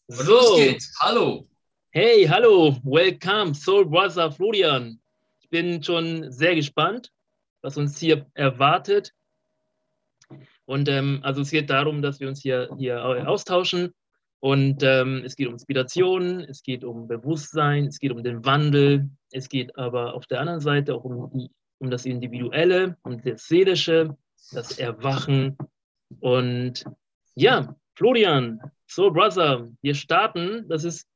Und los So, geht's. Hallo. hey, hallo, welcome, Soul Brother Florian. Ich bin schon sehr gespannt, was uns hier erwartet. Und also es geht darum, dass wir uns hier austauschen. Und es geht um Inspiration, es geht um Bewusstsein, es geht um den Wandel, es geht aber auf der anderen Seite auch um das Individuelle, um das Seelische, das Erwachen. Und ja, Florian, Soul Brother, wir starten. Das ist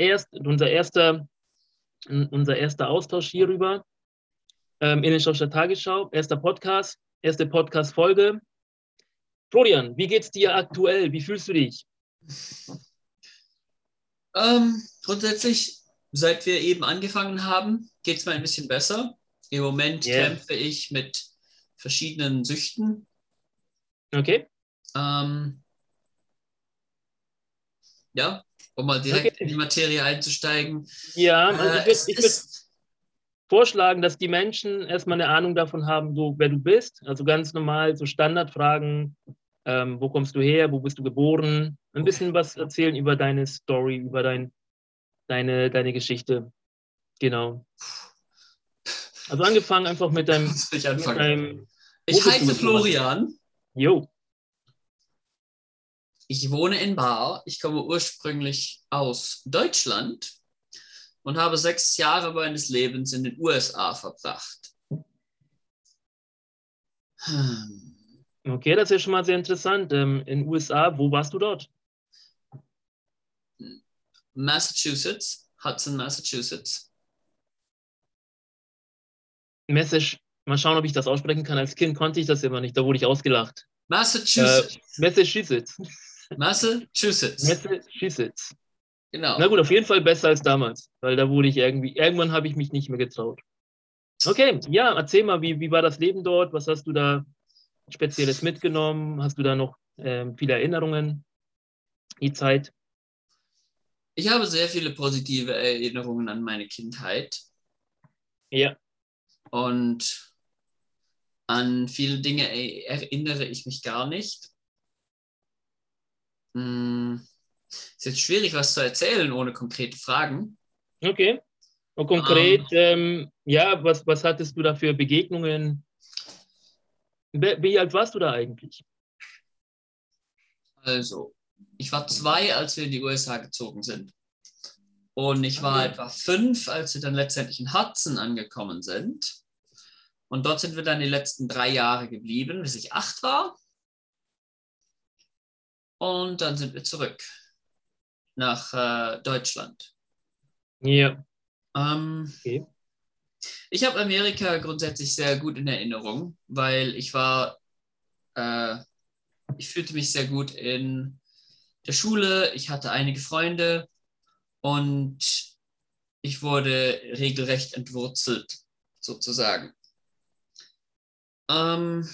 unser erster Austausch hierüber. Innenstadt der Tagesschau, erster Podcast, erste Podcast-Folge. Florian, wie geht's dir aktuell? Wie fühlst du dich? Grundsätzlich, seit wir eben angefangen haben, geht es mir ein bisschen besser. Im Moment Yeah. kämpfe ich mit verschiedenen Süchten. Okay. Ja, um mal direkt in die Okay. Materie einzusteigen. Ja, also ich würde Es ich würd ist, vorschlagen, dass die Menschen erstmal eine Ahnung davon haben, so, wer du bist. Also ganz normal, so Standardfragen. Wo kommst du her? Wo bist du geboren? Ein okay, bisschen was erzählen über deine Story, über deine Geschichte. Genau. Also angefangen einfach soll ich mit anfangen? deinem, wo Ich bist du heiße geboren? Florian. Jo, Ich wohne in Baar. Ich komme ursprünglich aus Deutschland und habe 6 Jahre meines Lebens in den USA verbracht. okay, das ist ja schon mal sehr interessant. In den USA, wo warst du dort? Massachusetts, Hudson, Massachusetts. Message, mal schauen, ob ich das aussprechen kann. Als Kind konnte ich das immer nicht, da wurde ich ausgelacht. Massachusetts. Massachusetts. Massachusetts. Massachusetts. Na Genau. gut, auf jeden Fall besser als damals, weil da wurde ich irgendwann habe ich mich nicht mehr getraut. Okay, ja, erzähl mal, wie war das Leben dort? Was hast du da Spezielles mitgenommen? Hast du da noch viele Erinnerungen, die Zeit? Ich habe sehr viele positive Erinnerungen an meine Kindheit Ja, und an viele Dinge erinnere ich mich gar nicht. Ist jetzt schwierig, was zu erzählen ohne konkrete Fragen. okay. Und konkret, Ähm, ja, was hattest du da für Begegnungen? Wie alt warst du da eigentlich? also, ich war 2, als wir in die USA gezogen sind. Und ich war Okay. etwa 5, als wir dann letztendlich in Hudson angekommen sind. Und dort sind wir dann die letzten 3 Jahre geblieben, bis ich 8 war. Und dann sind wir zurück nach Deutschland. Ja, Ähm, okay. Ich habe Amerika grundsätzlich sehr gut in Erinnerung, weil äh, ich fühlte mich sehr gut in der Schule, ich hatte einige Freunde und ich wurde regelrecht entwurzelt, sozusagen. Ähm,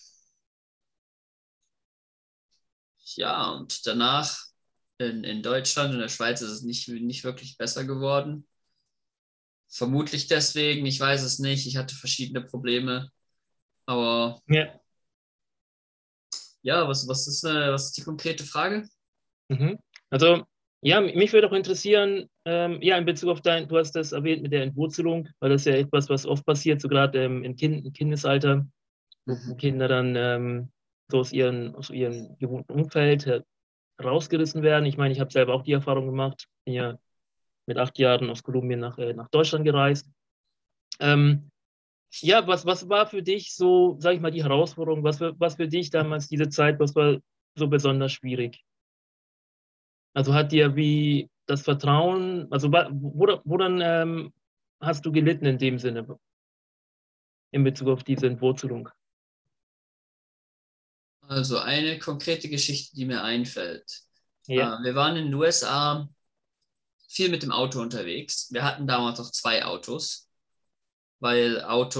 ja, und danach in Deutschland und der Schweiz ist es nicht wirklich besser geworden. Vermutlich deswegen, ich weiß es nicht. Ich hatte verschiedene Probleme. Aber Ja. ja, was ist die konkrete Frage? Mhm. Also, ja, mich würde auch interessieren, ja, in Bezug auf du hast das erwähnt mit der Entwurzelung, weil das ja etwas, was oft passiert, so gerade im Kindesalter, wo Mhm. Kinder dann so aus ihrem gewohnten Umfeld rausgerissen werden. Ich meine, ich habe selber auch die Erfahrung gemacht, bin ja mit 8 Jahren aus Kolumbien nach Deutschland gereist. Ähm, ja, was war für dich so, sag ich mal, die Herausforderung? Was für dich damals diese Zeit, was war so besonders schwierig? Also hat dir wie das Vertrauen, also woran hast du gelitten in dem Sinne, in Bezug auf diese Entwurzelung? Also eine konkrete Geschichte, die mir einfällt. Ja, Wir waren in den USA viel mit dem Auto unterwegs. Wir hatten damals auch 2 Autos, weil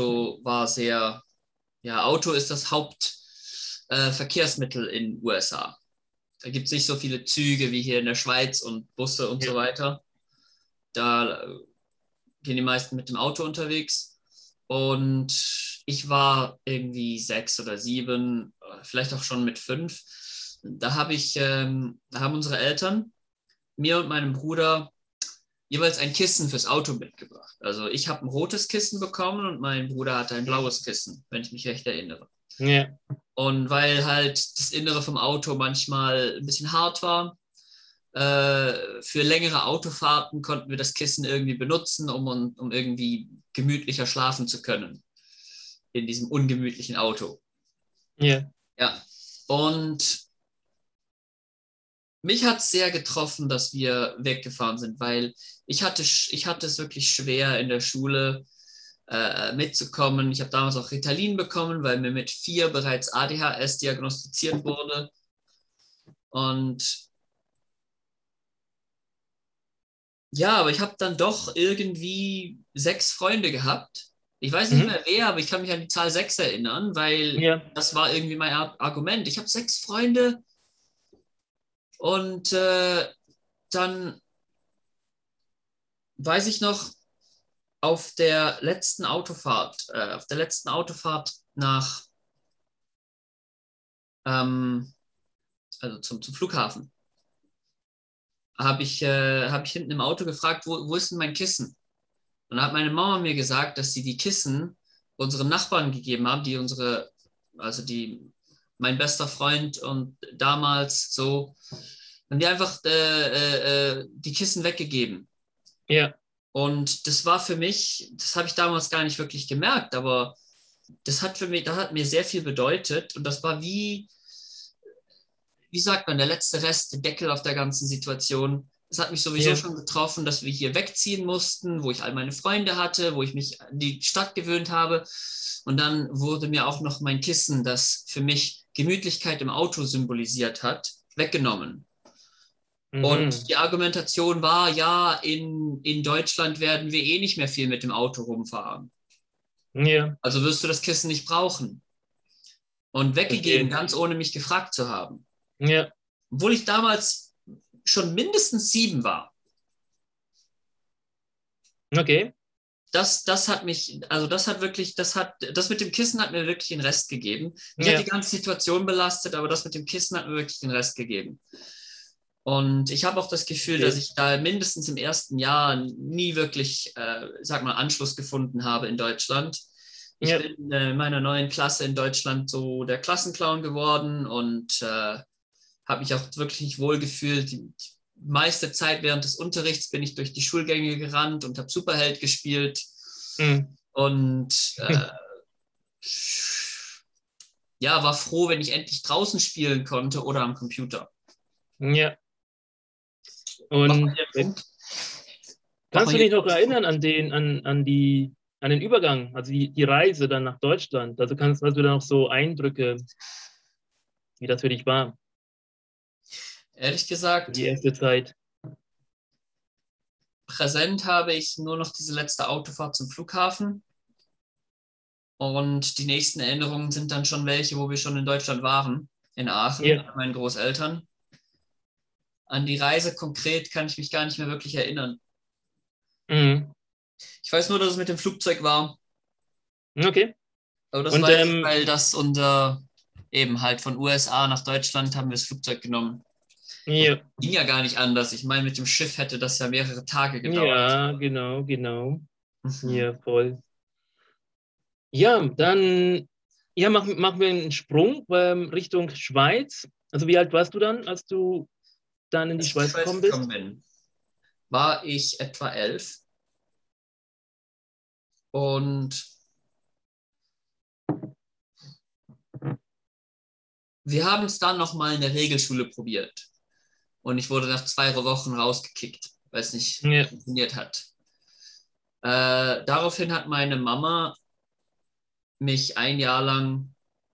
Auto ist das Hauptverkehrsmittel Verkehrsmittel in den USA. Da gibt es nicht so viele Züge wie hier in der Schweiz und Busse und so ja, weiter. Da gehen die meisten mit dem Auto unterwegs. Und ich war irgendwie 6 oder 7, vielleicht auch schon mit 5. Da haben unsere Eltern mir und meinem Bruder jeweils ein Kissen fürs Auto mitgebracht. Also ich habe ein rotes Kissen bekommen und mein Bruder hatte ein blaues Kissen, wenn ich mich recht erinnere. Ja. Und weil halt das Innere vom Auto manchmal ein bisschen hart war, für längere Autofahrten konnten wir das Kissen irgendwie benutzen, um irgendwie gemütlicher schlafen zu können in diesem ungemütlichen Auto. Ja. Ja, und mich hat es sehr getroffen, dass wir weggefahren sind, weil ich hatte es wirklich schwer in der Schule mitzukommen. Ich habe damals auch Ritalin bekommen, weil mir mit 4 bereits ADHS diagnostiziert wurde. Und ja, aber ich habe dann doch irgendwie 6 Freunde gehabt. Ich weiß nicht Mhm. mehr wer, aber ich kann mich an die Zahl 6 erinnern, weil Ja. das war irgendwie mein Argument. Ich habe 6 Freunde und dann weiß ich noch, auf der letzten Autofahrt nach, ähm, also zum Flughafen, hab ich hinten im Auto gefragt, wo ist denn mein Kissen? Und dann hat meine Mama mir gesagt, dass sie die Kissen unseren Nachbarn gegeben haben, also mein bester Freund und damals so, haben die einfach die Kissen weggegeben. Ja. Und das war für mich, das habe ich damals gar nicht wirklich gemerkt, aber das hat mir sehr viel bedeutet und das war wie sagt man, der letzte Rest, der Deckel auf der ganzen Situation. Es hat mich sowieso Ja. schon getroffen, dass wir hier wegziehen mussten, wo ich all meine Freunde hatte, wo ich mich an die Stadt gewöhnt habe. Und dann wurde mir auch noch mein Kissen, das für mich Gemütlichkeit im Auto symbolisiert hat, weggenommen. Und Mhm. die Argumentation war, ja, in Deutschland werden wir eh nicht mehr viel mit dem Auto rumfahren. Ja. Also wirst du das Kissen nicht brauchen. Und weggegeben, Verstehe. ganz ohne mich gefragt zu haben. Ja. Obwohl ich damals schon mindestens 7 war. Okay. Das hat mich, also das mit dem Kissen hat mir wirklich den Rest gegeben. Mich hat die Ja. ganze Situation belastet, aber das mit dem Kissen hat mir wirklich den Rest gegeben. Und ich habe auch das Gefühl, dass Okay. ich da mindestens im ersten Jahr nie wirklich, sag mal, Anschluss gefunden habe in Deutschland. Ich Ja. bin in meiner neuen Klasse in Deutschland so der Klassenclown geworden und habe mich auch wirklich nicht wohl gefühlt. Die meiste Zeit während des Unterrichts bin ich durch die Schulgänge gerannt und habe Superheld gespielt Mhm. und ja, war froh, wenn ich endlich draußen spielen konnte oder am Computer. Ja. Mach mal Und hier einen Punkt. Mach kannst mal du hier dich noch einen Punkt. erinnern an den Übergang, also die Reise dann nach Deutschland? Also hast du da noch so Eindrücke, wie das für dich war, Ehrlich gesagt, die erste Zeit? präsent habe ich nur noch diese letzte Autofahrt zum Flughafen. Und die nächsten Erinnerungen sind dann schon welche, wo wir schon in Deutschland waren, in Aachen, Ja. bei meinen Großeltern. An die Reise konkret kann ich mich gar nicht mehr wirklich erinnern. Mhm. Ich weiß nur, dass es mit dem Flugzeug war. Okay. Aber das Und weiß ich, weil das unter eben halt von USA nach Deutschland haben wir das Flugzeug genommen. ja, Ging ja gar nicht anders. Ich meine, mit dem Schiff hätte das ja mehrere Tage gedauert. ja, genau, genau. Mhm. Ja, voll. Ja, dann machen wir einen Sprung Richtung Schweiz. Also wie alt warst du dann, als du dann in die Als ich in die Schweiz Schweiz gekommen gekommen bist? bin, war ich etwa 11 und wir haben es dann nochmal in der Regelschule probiert. Und ich wurde nach 2 Wochen rausgekickt, weil es nicht Ja. funktioniert hat. Daraufhin hat meine Mama mich ein Jahr lang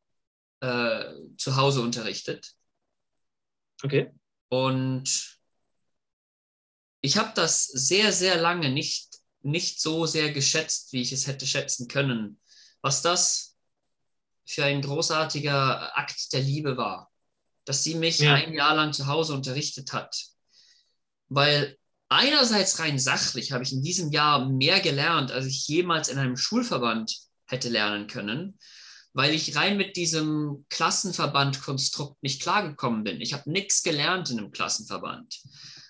zu Hause unterrichtet. Okay. Und ich habe das sehr, sehr lange nicht so sehr geschätzt, wie ich es hätte schätzen können, was das für ein großartiger Akt der Liebe war, dass sie mich Ja. ein Jahr lang zu Hause unterrichtet hat. Weil einerseits rein sachlich habe ich in diesem Jahr mehr gelernt, als ich jemals in einem Schulverband hätte lernen können, weil ich rein mit diesem Klassenverband-Konstrukt nicht klargekommen bin. Ich habe nichts gelernt in einem Klassenverband.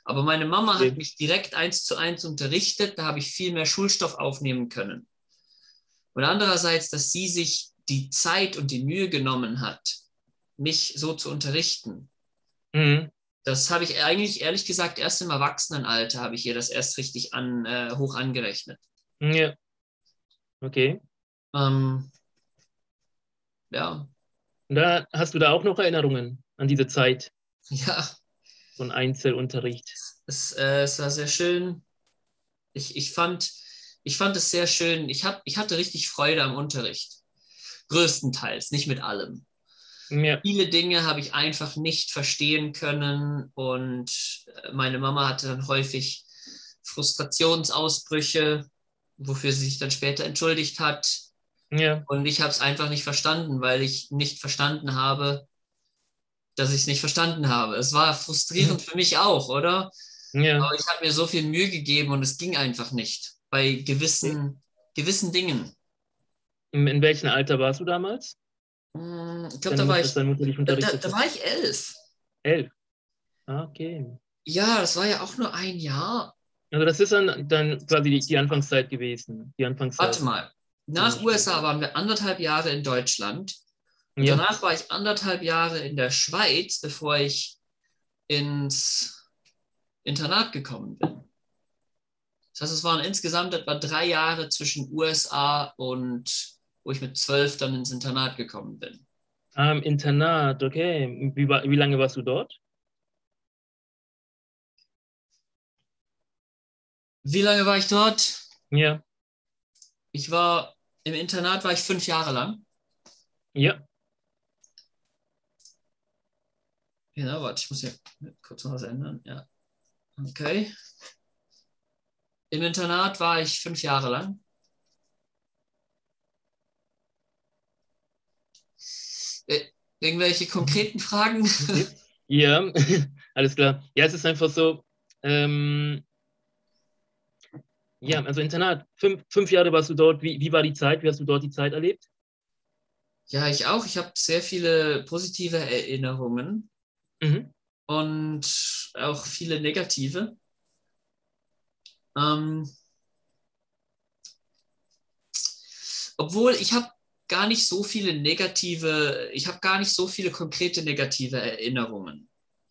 Aber meine Mama hat Okay. mich direkt 1:1 unterrichtet, da habe ich viel mehr Schulstoff aufnehmen können. Und andererseits, dass sie sich die Zeit und die Mühe genommen hat, mich so zu unterrichten. Mhm. Das habe ich eigentlich, ehrlich gesagt, erst im Erwachsenenalter habe ich ihr das erst richtig hoch angerechnet. Ja, okay. Ähm, ja, Und da hast du da auch noch Erinnerungen an diese Zeit ja, von Einzelunterricht? es war sehr schön. Ich fand es sehr schön. Ich hatte richtig Freude am Unterricht. Größtenteils, nicht mit allem. Ja, Viele Dinge habe ich einfach nicht verstehen können und meine Mama hatte dann häufig Frustrationsausbrüche, wofür sie sich dann später entschuldigt hat. ja, Und ich habe es einfach nicht verstanden, weil ich nicht verstanden habe, dass ich es nicht verstanden habe. Es war frustrierend für mich auch, oder? ja. Aber ich habe mir so viel Mühe gegeben und es ging einfach nicht bei gewissen Dingen. In welchem Alter warst du damals? Ich glaube, da war Dass deine Mutter dich unterrichtet da hat? war ich 11. 11. Ah, okay. Ja, das war ja auch nur ein Jahr. Also das ist dann quasi die Anfangszeit gewesen. Die Warte Anfangszeit mal. deiner Nach Schule. USA waren wir 1,5 Jahre in Deutschland und Ja. danach war ich 1,5 Jahre in der Schweiz, bevor ich ins Internat gekommen bin. Das heißt, es waren insgesamt etwa 3 Jahre zwischen USA und wo ich mit 12 dann ins Internat gekommen bin. Im Internat, okay. Wie lange warst du dort? Wie lange war ich dort? Ja. Ich war im Internat war ich 5 Jahre lang. Ja. Genau, warte, ich muss hier kurz noch was ändern. Ja, okay. Im Internat war ich 5 Jahre lang. Äh, Irgendwelche konkreten Fragen? Okay. Ja, alles klar. Ja, es ist einfach so, ähm, ja, also Internat, fünf Jahre warst du dort. Wie war die Zeit? Wie hast du dort die Zeit erlebt? Ja, ich auch. Ich habe sehr viele positive Erinnerungen Mhm. und auch viele negative. Ähm, Obwohl ich habe gar nicht so viele konkrete negative Erinnerungen.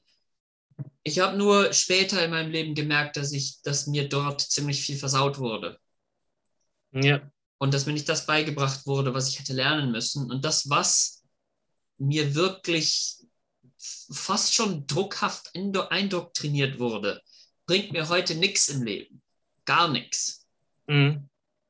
Ich habe nur später in meinem Leben gemerkt, dass mir dort ziemlich viel versaut wurde Ja, und dass mir nicht das beigebracht wurde, was ich hätte lernen müssen. Und das, was mir wirklich fast schon druckhaft eindoktriniert wurde, bringt mir heute nichts im Leben. Gar nichts. mhm.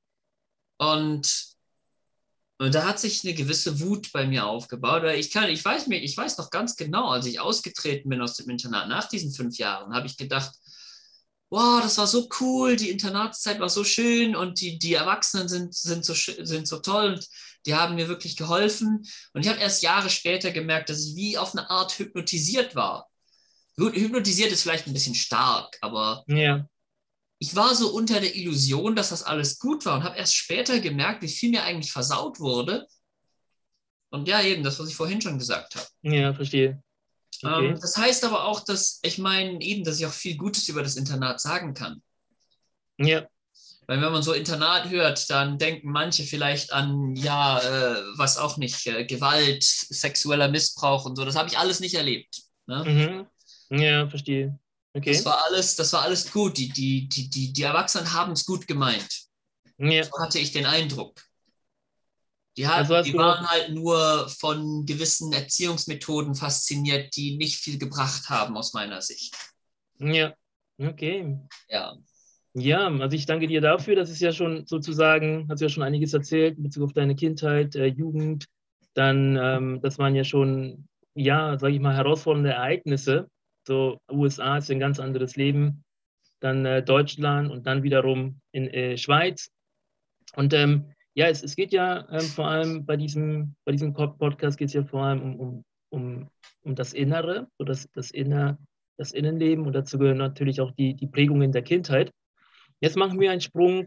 Und Und da hat sich eine gewisse Wut bei mir aufgebaut. Ich weiß noch ganz genau, als ich ausgetreten bin aus dem Internat nach diesen 5 Jahren, habe ich gedacht, wow, das war so cool, die Internatszeit war so schön und die Erwachsenen sind so toll und die haben mir wirklich geholfen. Und ich habe erst Jahre später gemerkt, dass ich wie auf eine Art hypnotisiert war. Gut, hypnotisiert ist vielleicht ein bisschen stark, aber Ja, ich war so unter der Illusion, dass das alles gut war und habe erst später gemerkt, wie viel mir eigentlich versaut wurde. Und ja, eben das, was ich vorhin schon gesagt habe. ja, verstehe. Okay. Das heißt aber auch, dass ich meine, eben, dass ich auch viel Gutes über das Internat sagen kann. Ja, Weil wenn man so Internat hört, dann denken manche vielleicht an, ja, was auch nicht, Gewalt, sexueller Missbrauch und so. Das habe ich alles nicht erlebt. Ne? mhm. Ja, verstehe. Das Okay. war alles, das war alles gut. Die Erwachsenen haben es gut gemeint. Ja, So hatte ich den Eindruck. also hast Die du auch, waren halt nur von gewissen Erziehungsmethoden fasziniert, die nicht viel gebracht haben aus meiner Sicht. ja, okay. Ja. Ja, also ich danke dir dafür. Das ist ja schon sozusagen, hast du ja schon einiges erzählt in Bezug auf deine Kindheit, Jugend. Dann, das waren ja schon, ja, sage ich mal, herausfordernde Ereignisse. So, USA ist ja ein ganz anderes Leben. Dann Deutschland und dann wiederum in Schweiz. Und ja, es geht ja vor allem bei diesem Podcast geht es ja vor allem um das Innere, so das Innenleben. Und dazu gehören natürlich auch die Prägungen der Kindheit. Jetzt machen wir einen Sprung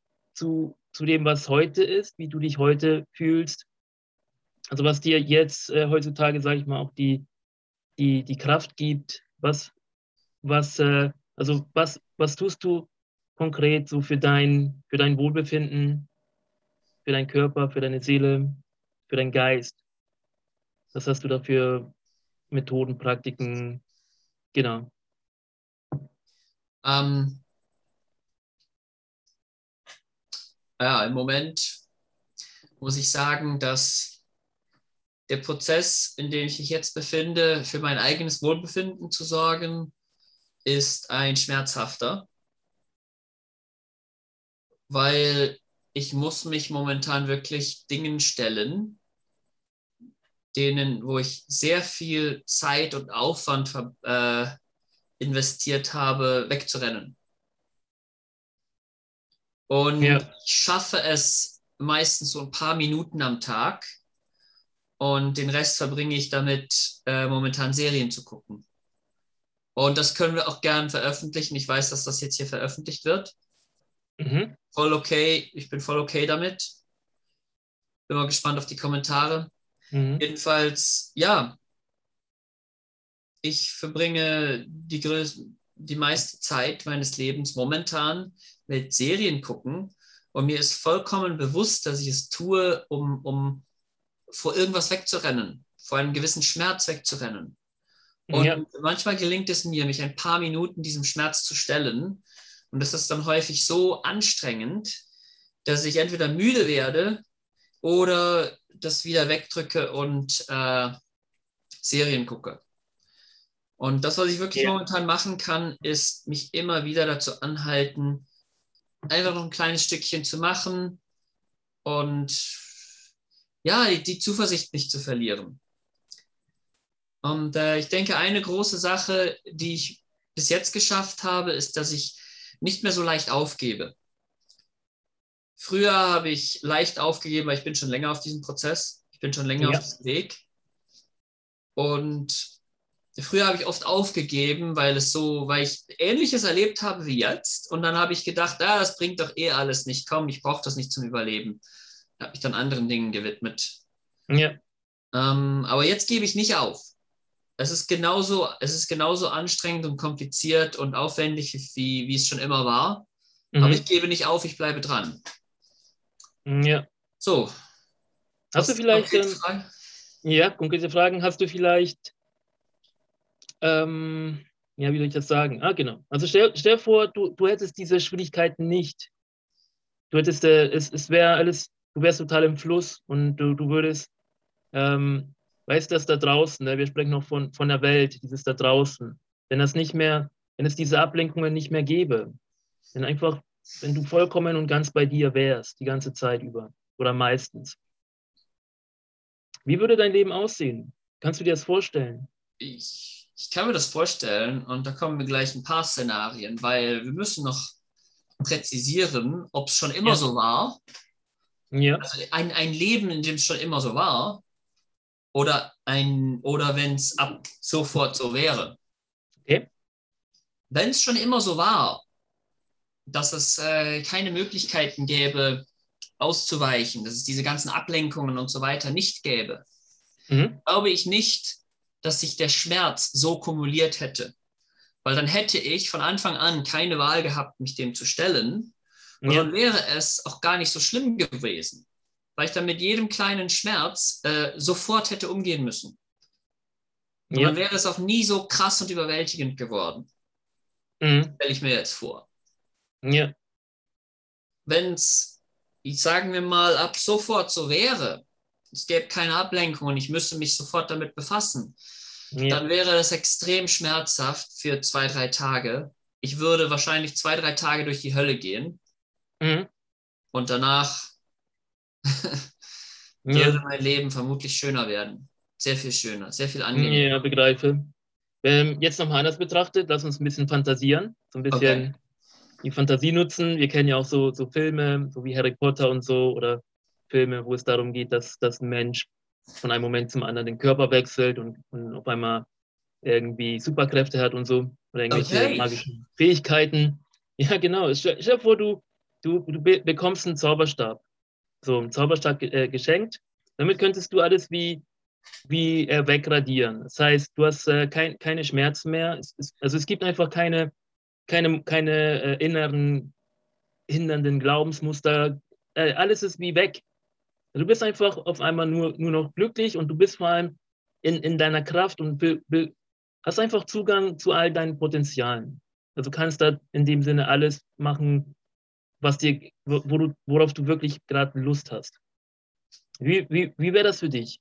zu dem, was heute ist, wie du dich heute fühlst. Also was dir jetzt heutzutage, sage ich mal, auch die Kraft gibt. Was Also was tust du konkret so für dein Wohlbefinden, für deinen Körper, für deine Seele, für deinen Geist? Was hast du da für Methoden, Praktiken? Genau. Ähm, ja, im Moment muss ich sagen, dass der Prozess, in dem ich mich jetzt befinde, für mein eigenes Wohlbefinden zu sorgen, ist ein schmerzhafter, weil ich muss mich momentan wirklich Dingen stellen, wo ich sehr viel Zeit und Aufwand investiert habe, wegzurennen. Und Ja, ich schaffe es meistens so ein paar Minuten am Tag und den Rest verbringe ich damit, momentan Serien zu gucken. Und das können wir auch gern veröffentlichen. Ich weiß, dass das jetzt hier veröffentlicht wird. mhm. Voll okay, ich bin voll okay damit. Bin mal gespannt auf die Kommentare. Mhm. Jedenfalls, ja, ich verbringe die meiste Zeit meines Lebens momentan mit Serien gucken. Und mir ist vollkommen bewusst, dass ich es tue, um vor irgendwas wegzurennen, vor einem gewissen Schmerz wegzurennen. Ja, Und manchmal gelingt es mir, mich ein paar Minuten diesem Schmerz zu stellen. Und das ist dann häufig so anstrengend, dass ich entweder müde werde oder das wieder wegdrücke und Serien gucke. Und das, was ich wirklich ja, momentan machen kann, ist mich immer wieder dazu anhalten, einfach noch ein kleines Stückchen zu machen und ja, die Zuversicht nicht zu verlieren. Und ich denke, eine große Sache, die ich bis jetzt geschafft habe, ist, dass ich nicht mehr so leicht aufgebe. Früher habe ich leicht aufgegeben, weil ich bin schon länger auf diesem Prozess. Ich bin schon länger auf ja. diesem Weg. Und früher habe ich oft aufgegeben, weil ich Ähnliches erlebt habe wie jetzt. Und dann habe ich gedacht, das bringt doch eh alles nicht. Komm, ich brauche das nicht zum Überleben. Habe mich dann anderen Dingen gewidmet. Ja. Aber jetzt gebe ich nicht auf. Es ist genauso anstrengend und kompliziert und aufwendig, wie es schon immer war. Aber ich Mhm. gebe nicht auf, ich bleibe dran. Ja. So, Hast du hast du vielleicht, konkrete Fragen? ja, konkrete Fragen? Hast du vielleicht, ja, wie soll ich das sagen? Ah, genau. Also stell vor, du hättest diese Schwierigkeiten nicht. Du hättest, es wäre alles, du wärst total im Fluss und du würdest, weißt das da draußen, ne? Wir sprechen noch von der Welt, dieses da draußen. Wenn das nicht mehr, wenn es diese Ablenkungen nicht mehr gäbe, wenn einfach, wenn du vollkommen und ganz bei dir wärst, die ganze Zeit über oder meistens. Wie würde dein Leben aussehen? Kannst du dir das vorstellen? Ich kann mir das vorstellen und da kommen mir gleich ein paar Szenarien, weil wir müssen noch präzisieren, ob es schon immer Ja, so war, ja, also ein Leben, in dem es schon immer so war, oder wenn es ab sofort so wäre. okay. Wenn es schon immer so war, dass es keine Möglichkeiten gäbe, auszuweichen, dass es diese ganzen Ablenkungen und so weiter nicht gäbe, Mhm. glaube ich nicht, dass sich der Schmerz so kumuliert hätte. Weil dann hätte ich von Anfang an keine Wahl gehabt, mich dem zu stellen. Und Ja, dann wäre es auch gar nicht so schlimm gewesen, weil ich dann mit jedem kleinen Schmerz sofort hätte umgehen müssen. Und dann ja, wäre es auch nie so krass und überwältigend geworden, mhm. stelle ich mir jetzt vor. Ja, Wenn es, sagen wir mal, ab sofort so wäre, es gäbe keine Ablenkung und ich müsste mich sofort damit befassen, ja, dann wäre das extrem schmerzhaft für 2, 3 Tage. Ich würde wahrscheinlich 2, 3 Tage durch die Hölle gehen mhm. und danach würde Ja, mein Leben vermutlich schöner werden. Sehr viel schöner, sehr viel ja, angenehmer. begreife. Jetzt nochmal anders betrachtet, lass uns ein bisschen fantasieren, so ein Okay. bisschen die Fantasie nutzen. Wir kennen ja auch so Filme, so wie Harry Potter und so, oder Filme, wo es darum geht, dass ein Mensch von einem Moment zum anderen den Körper wechselt und auf einmal irgendwie Superkräfte hat und so, oder irgendwelche Okay. magischen Fähigkeiten. Ja, genau. Stell dir vor, du bekommst einen Zauberstab, so einen Zauberstab geschenkt. Damit könntest du alles wie wegradieren. Das heißt, du hast keine Schmerzen mehr. Also es gibt einfach keine inneren hindernden Glaubensmuster. Alles ist wie weg. Du bist einfach auf einmal nur noch glücklich und du bist vor allem in deiner Kraft und hast einfach Zugang zu all deinen Potenzialen. Also du kannst da in dem Sinne alles machen, worauf du wirklich gerade Lust hast. Wie wäre das für dich?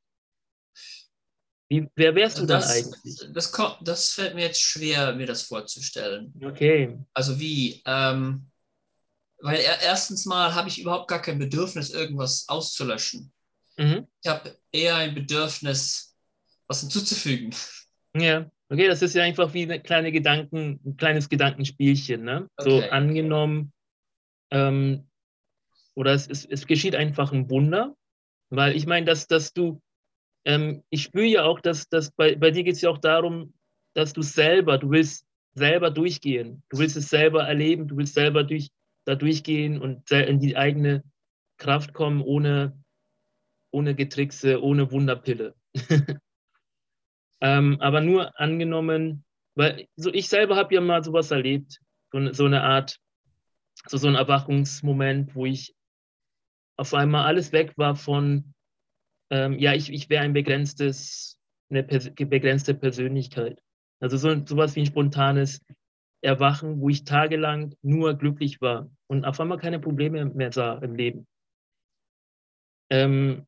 Wer wärst Also du dann eigentlich? das fällt mir jetzt schwer, mir das vorzustellen. Okay. Also wie? Weil erstens mal habe ich überhaupt gar kein Bedürfnis, irgendwas auszulöschen. Mhm. Ich habe eher ein Bedürfnis, was hinzuzufügen. Ja. Okay, das ist ja einfach wie ein kleines Gedankenspielchen, ne? So Okay. angenommen, ähm, oder es geschieht einfach ein Wunder, weil ich meine, dass du, ich spüre ja auch, dass bei dir geht es ja auch darum, dass du willst selber durchgehen, du willst es selber erleben, du willst selber da durchgehen und in die eigene Kraft kommen, ohne Getrickse, ohne Wunderpille. Aber nur angenommen, weil so ich selber habe ja mal sowas erlebt, so eine Art, so ein Erwachungsmoment, wo ich auf einmal alles weg war von, ja, ich wäre eine begrenzte Persönlichkeit. Also sowas wie ein spontanes Erwachen, wo ich tagelang nur glücklich war und auf einmal keine Probleme mehr sah im Leben. Ähm,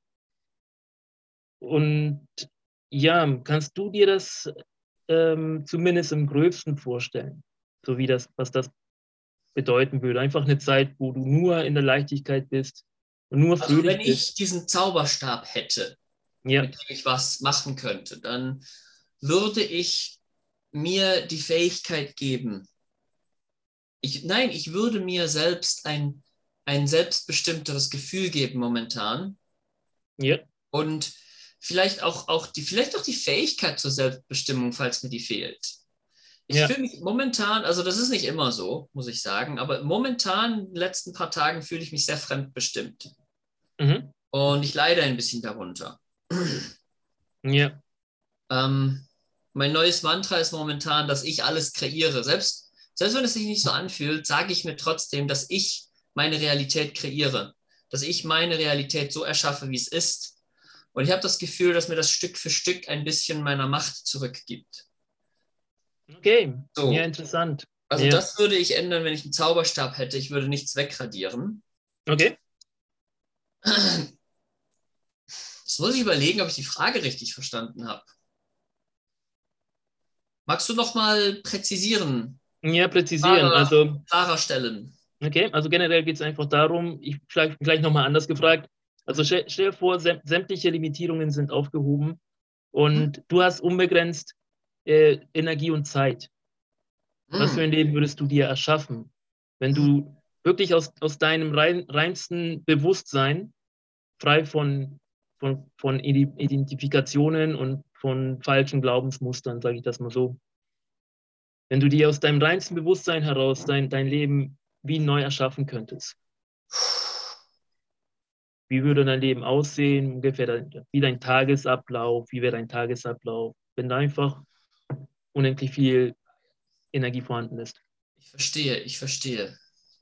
und ja, kannst du dir das zumindest im Gröbsten vorstellen? So wie was das bedeuten würde. Einfach eine Zeit, wo du nur in der Leichtigkeit bist und nur Also wenn fröhlich bist. ich diesen Zauberstab hätte, Ja, mit dem ich was machen könnte, dann würde ich mir die Fähigkeit geben. Nein, ich würde mir selbst ein selbstbestimmteres Gefühl geben momentan ja, und vielleicht auch die Fähigkeit zur Selbstbestimmung, falls mir die fehlt. Ich ja. fühle mich momentan, also das ist nicht immer so, muss ich sagen, aber momentan, in den letzten paar Tagen, fühle ich mich sehr fremdbestimmt. Mhm. Und ich leide ein bisschen darunter. Ja, Ähm, Mein neues Mantra ist momentan, dass ich alles kreiere. Selbst wenn es sich nicht so anfühlt, sage ich mir trotzdem, dass ich meine Realität kreiere. Dass ich meine Realität so erschaffe, wie es ist. Und ich habe das Gefühl, dass mir das Stück für Stück ein bisschen meiner Macht zurückgibt. okay. Ja, So, interessant. also Ja, das würde ich ändern, wenn ich einen Zauberstab hätte. Ich würde nichts wegradieren. okay. Jetzt muss ich überlegen, ob ich die Frage richtig verstanden habe. Magst du noch mal präzisieren, Ja, präzisieren. klarer, Also, klarer stellen? okay, also generell geht es einfach darum, ich gleich nochmal anders gefragt. Also stell dir vor, sämtliche Limitierungen sind aufgehoben Hm? und du hast unbegrenzt Energie und Zeit. Was für Hm. ein Leben würdest du dir erschaffen, wenn Hm. du wirklich aus deinem reinsten Bewusstsein, frei von Identifikationen und von falschen Glaubensmustern, sage ich das mal so, wenn du dir aus deinem reinsten Bewusstsein heraus dein Leben wie neu erschaffen könntest, wie würde dein Leben aussehen, ungefähr wie dein Tagesablauf, wie wäre dein Tagesablauf, wenn da einfach unendlich viel Energie vorhanden ist. Ich verstehe, ich verstehe.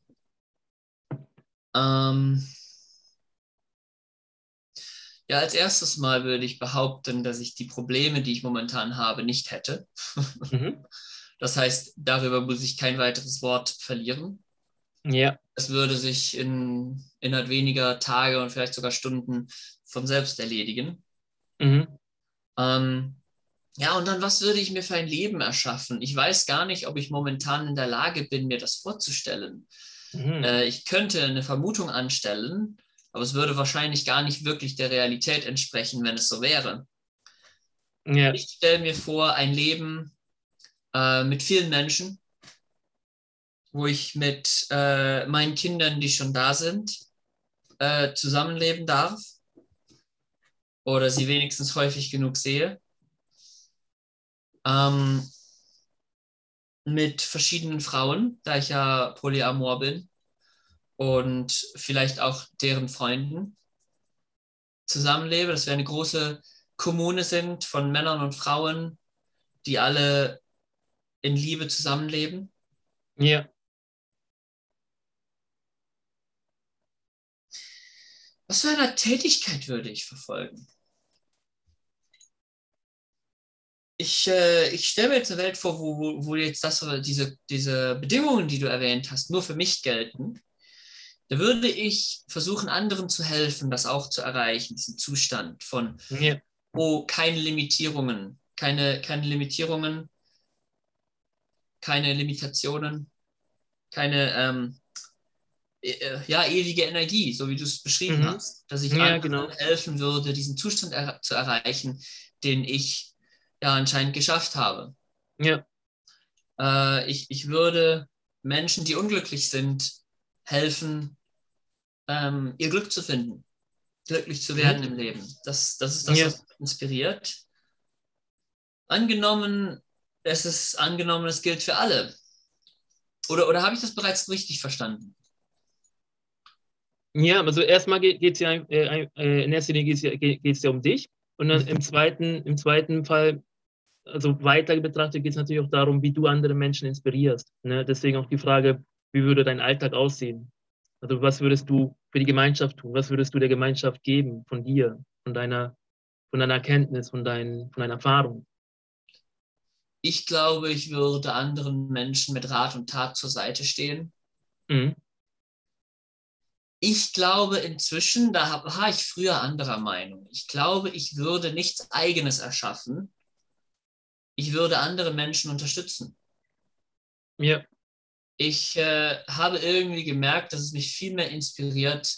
Ähm, ja, als erstes Mal würde ich behaupten, dass ich die Probleme, die ich momentan habe, nicht hätte. Mhm. Das heißt, darüber muss ich kein weiteres Wort verlieren. Ja. Es würde sich innerhalb weniger Tage und vielleicht sogar Stunden von selbst erledigen. Mhm. Ähm, ja, und dann, was würde ich mir für ein Leben erschaffen? Ich weiß gar nicht, ob ich momentan in der Lage bin, mir das vorzustellen. Mhm. Ich könnte eine Vermutung anstellen, aber es würde wahrscheinlich gar nicht wirklich der Realität entsprechen, wenn es so wäre. Ja. Ich stelle mir vor, ein Leben mit vielen Menschen, wo ich mit meinen Kindern, die schon da sind, zusammenleben darf oder sie wenigstens häufig genug sehe. Ähm, mit verschiedenen Frauen, da ich ja Polyamor bin und vielleicht auch deren Freunden zusammenlebe, dass wir eine große Kommune sind von Männern und Frauen, die alle in Liebe zusammenleben. Ja. Was für eine Tätigkeit würde ich verfolgen? Ich stelle mir jetzt eine Welt vor, wo jetzt diese Bedingungen, die du erwähnt hast, nur für mich gelten. Da würde ich versuchen, anderen zu helfen, das auch zu erreichen, diesen Zustand von, Ja. oh, keine Limitierungen, keine Limitationen, keine ja, ewige Energie, so wie du es beschrieben Mhm. hast, dass ich Ja, anderen genau. helfen würde, diesen Zustand zu erreichen, den ich ja anscheinend geschafft habe. Ja. Ich würde Menschen, die unglücklich sind, helfen, ihr Glück zu finden, glücklich zu Mhm. werden im Leben. Das ist das, Ja. was mich inspiriert. Angenommen, angenommen, es gilt für alle. Oder habe ich das bereits richtig verstanden? Ja, also erstmal geht es ja, in erster Linie geht's ja um dich. Und dann Mhm. im zweiten Fall, also weiter betrachtet, geht es natürlich auch darum, wie du andere Menschen inspirierst. Ne? Deswegen auch die Frage, wie würde dein Alltag aussehen? Also was würdest du für die Gemeinschaft tun? Was würdest du der Gemeinschaft geben von dir, von deiner Erkenntnis, von deiner Erfahrung? Ich glaube, ich würde anderen Menschen mit Rat und Tat zur Seite stehen. Mhm. Ich glaube inzwischen, war ich früher anderer Meinung. Ich glaube, ich würde nichts Eigenes erschaffen. Ich würde andere Menschen unterstützen. Ja. Ich habe irgendwie gemerkt, dass es mich viel mehr inspiriert,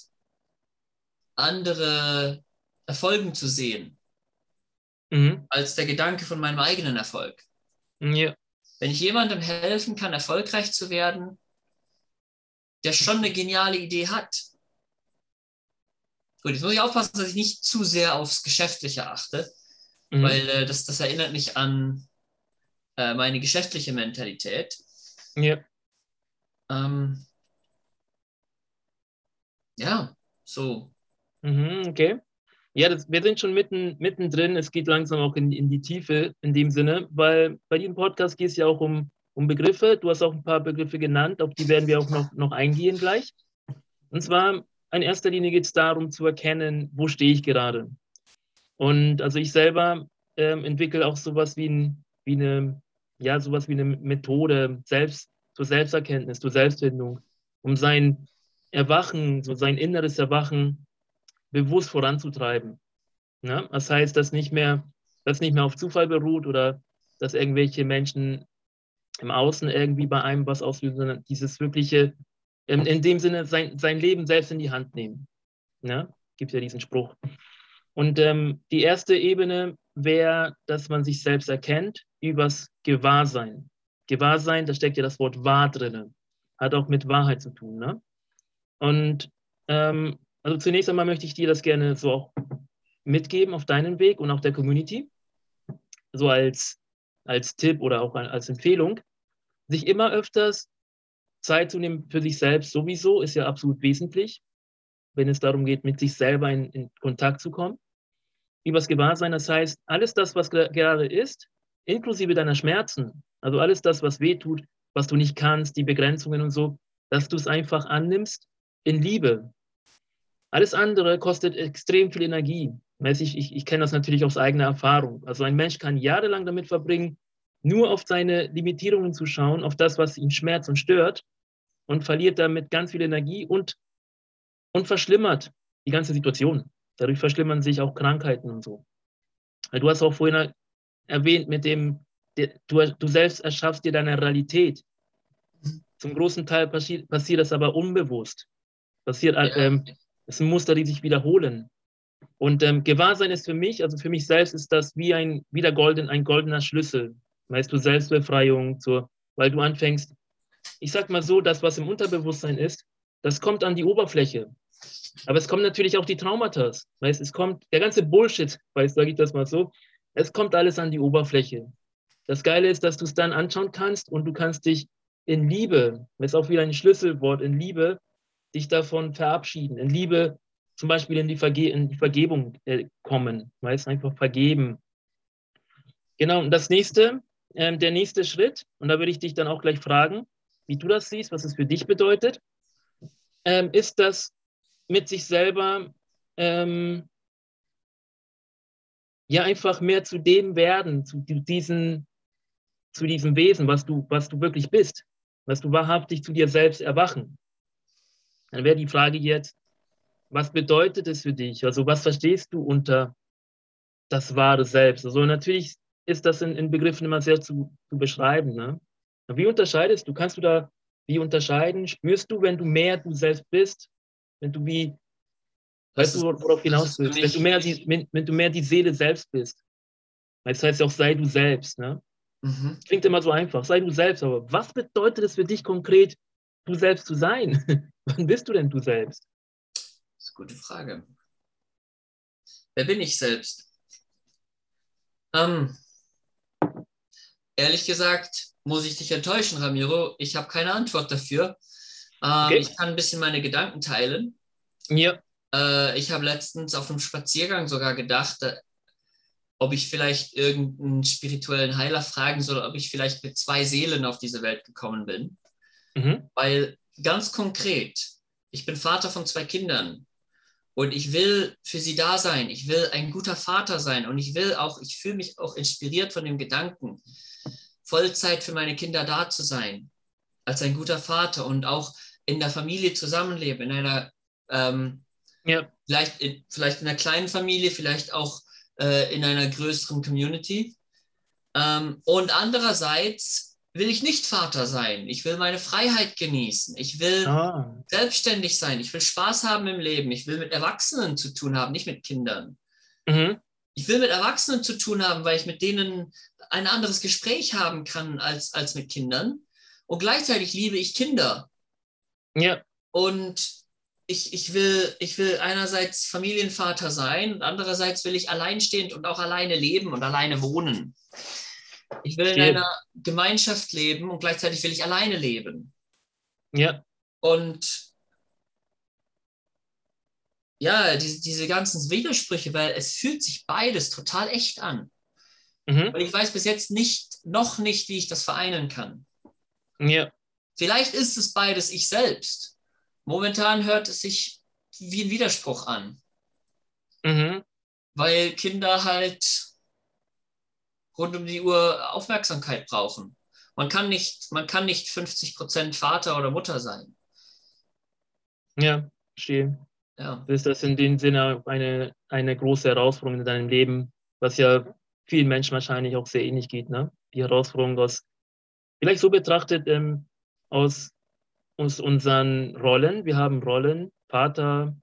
andere Erfolgen zu sehen, Mhm. als der Gedanke von meinem eigenen Erfolg. Ja. Wenn ich jemandem helfen kann, erfolgreich zu werden, der schon eine geniale Idee hat. Gut, jetzt muss ich aufpassen, dass ich nicht zu sehr aufs Geschäftliche achte, Mhm. weil das erinnert mich an meine geschäftliche Mentalität. Ja. Ähm, ja, so. Mhm. Okay. Ja, wir sind schon mittendrin. Es geht langsam auch in die Tiefe in dem Sinne, weil bei diesem Podcast geht es ja auch um Begriffe. Du hast auch ein paar Begriffe genannt, auf die werden wir auch noch eingehen gleich. Und zwar in erster Linie geht es darum zu erkennen, wo stehe ich gerade. Und also ich selber entwickle auch sowas sowas wie eine Methode zur Selbsterkenntnis, zur Selbstfindung, um sein Erwachen, so sein inneres Erwachen bewusst voranzutreiben. Ne? Das heißt, dass nicht mehr auf Zufall beruht oder dass irgendwelche Menschen im Außen irgendwie bei einem was auslösen, sondern dieses wirkliche, in dem Sinne, sein Leben selbst in die Hand nehmen. Ne? Gibt ja diesen Spruch. Und die erste Ebene wäre, dass man sich selbst erkennt übers Gewahrsein. Gewahrsein, da steckt ja das Wort wahr drin. Hat auch mit Wahrheit zu tun. Ne? Und also zunächst einmal möchte ich dir das gerne so auch mitgeben auf deinen Weg und auch der Community, so als Tipp oder auch als Empfehlung, sich immer öfters Zeit zu nehmen für sich selbst sowieso, ist ja absolut wesentlich, wenn es darum geht, mit sich selber in Kontakt zu kommen. Übers Gewahrsein, das heißt, alles das, was gerade ist, inklusive deiner Schmerzen, also alles das, was weh tut, was du nicht kannst, die Begrenzungen und so, dass du es einfach annimmst in Liebe. Alles andere kostet extrem viel Energie. Ich kenne das natürlich aus eigener Erfahrung. Also ein Mensch kann jahrelang damit verbringen, nur auf seine Limitierungen zu schauen, auf das, was ihn schmerzt und stört und verliert damit ganz viel Energie und verschlimmert die ganze Situation. Dadurch verschlimmern sich auch Krankheiten und so. Du hast auch vorhin erwähnt mit du selbst erschaffst dir deine Realität. Zum großen Teil passiert das aber unbewusst. Passiert, Ja, es sind Muster, die sich wiederholen. Und Gewahrsein ist für mich, also für mich selbst, ist das wie ein goldener Schlüssel. Weißt du, Selbstbefreiung, weil du anfängst, ich sag mal so, das, was im Unterbewusstsein ist, das kommt an die Oberfläche. Aber es kommen natürlich auch die Traumata. Weißt, es kommt der ganze Bullshit, sage ich das mal so. Es kommt alles an die Oberfläche. Das Geile ist, dass du es dann anschauen kannst und du kannst dich in Liebe, das ist auch wieder ein Schlüsselwort, in Liebe, dich davon verabschieden. In Liebe zum Beispiel in die Vergebung kommen. Weißt, einfach vergeben. Genau, und der nächste Schritt, und da würde ich dich dann auch gleich fragen, wie du das siehst, was es für dich bedeutet, ist das mit sich selber ja einfach mehr zu dem werden, zu diesem Wesen, was du wirklich bist, was du wahrhaftig zu dir selbst erwachen. Dann wäre die Frage jetzt, was bedeutet es für dich? Also was verstehst du unter das wahre Selbst? Also natürlich ist das in Begriffen immer sehr zu beschreiben. Ne? Wie unterscheidest du? Kannst du da wie unterscheiden? Spürst du, wenn du mehr du selbst bist? Wenn du wie, weißt du, worauf das hinaus ist für willst? mich. Wenn du mehr die Seele selbst bist. Das heißt ja auch, sei du selbst. Ne? Mhm. Klingt immer so einfach, sei du selbst. Aber was bedeutet es für dich konkret, du selbst zu sein? Wann bist du denn du selbst? Das ist eine gute Frage. Wer bin ich selbst? Ähm, Ehrlich gesagt, muss ich dich enttäuschen, Ramiro. Ich habe keine Antwort dafür. Okay? Ich kann ein bisschen meine Gedanken teilen. Ja. Ich habe letztens auf einem Spaziergang sogar gedacht, ob ich vielleicht irgendeinen spirituellen Heiler fragen soll, ob ich vielleicht mit zwei Seelen auf diese Welt gekommen bin. Mhm. Weil ganz konkret, ich bin Vater von zwei Kindern und ich will für sie da sein. Ich will ein guter Vater sein und ich fühle mich auch inspiriert von dem Gedanken, Vollzeit für meine Kinder da zu sein, als ein guter Vater und auch in der Familie zusammenleben, in einer Ja. vielleicht in einer kleinen Familie, vielleicht auch in einer größeren Community. Und andererseits will ich nicht Vater sein. Ich will meine Freiheit genießen. Ich will Ah. selbstständig sein. Ich will Spaß haben im Leben. Ich will mit Erwachsenen zu tun haben, nicht mit Kindern. Mhm. Ich will mit Erwachsenen zu tun haben, weil ich mit denen ein anderes Gespräch haben kann als mit Kindern. Und gleichzeitig liebe ich Kinder. Ja. Und ich will einerseits Familienvater sein und andererseits will ich alleinstehend und auch alleine leben und alleine wohnen. Ich will in einer Verstehe. Gemeinschaft leben und gleichzeitig will ich alleine leben. Ja. Und ja, diese ganzen Widersprüche, weil es fühlt sich beides total echt an. Mhm. Und ich weiß bis jetzt noch nicht, wie ich das vereinen kann. Ja. Vielleicht ist es beides ich selbst. Momentan hört es sich wie ein Widerspruch an, Mhm. weil Kinder halt rund um die Uhr Aufmerksamkeit brauchen. Man kann nicht 50% Vater oder Mutter sein. Ja. Verstehe. Ja. Ist das in dem Sinne eine große Herausforderung in deinem Leben, was ja vielen Menschen wahrscheinlich auch sehr ähnlich geht, ne? Die Herausforderung aus, vielleicht so betrachtet, aus, aus unseren Rollen. Wir haben Rollen, Vater,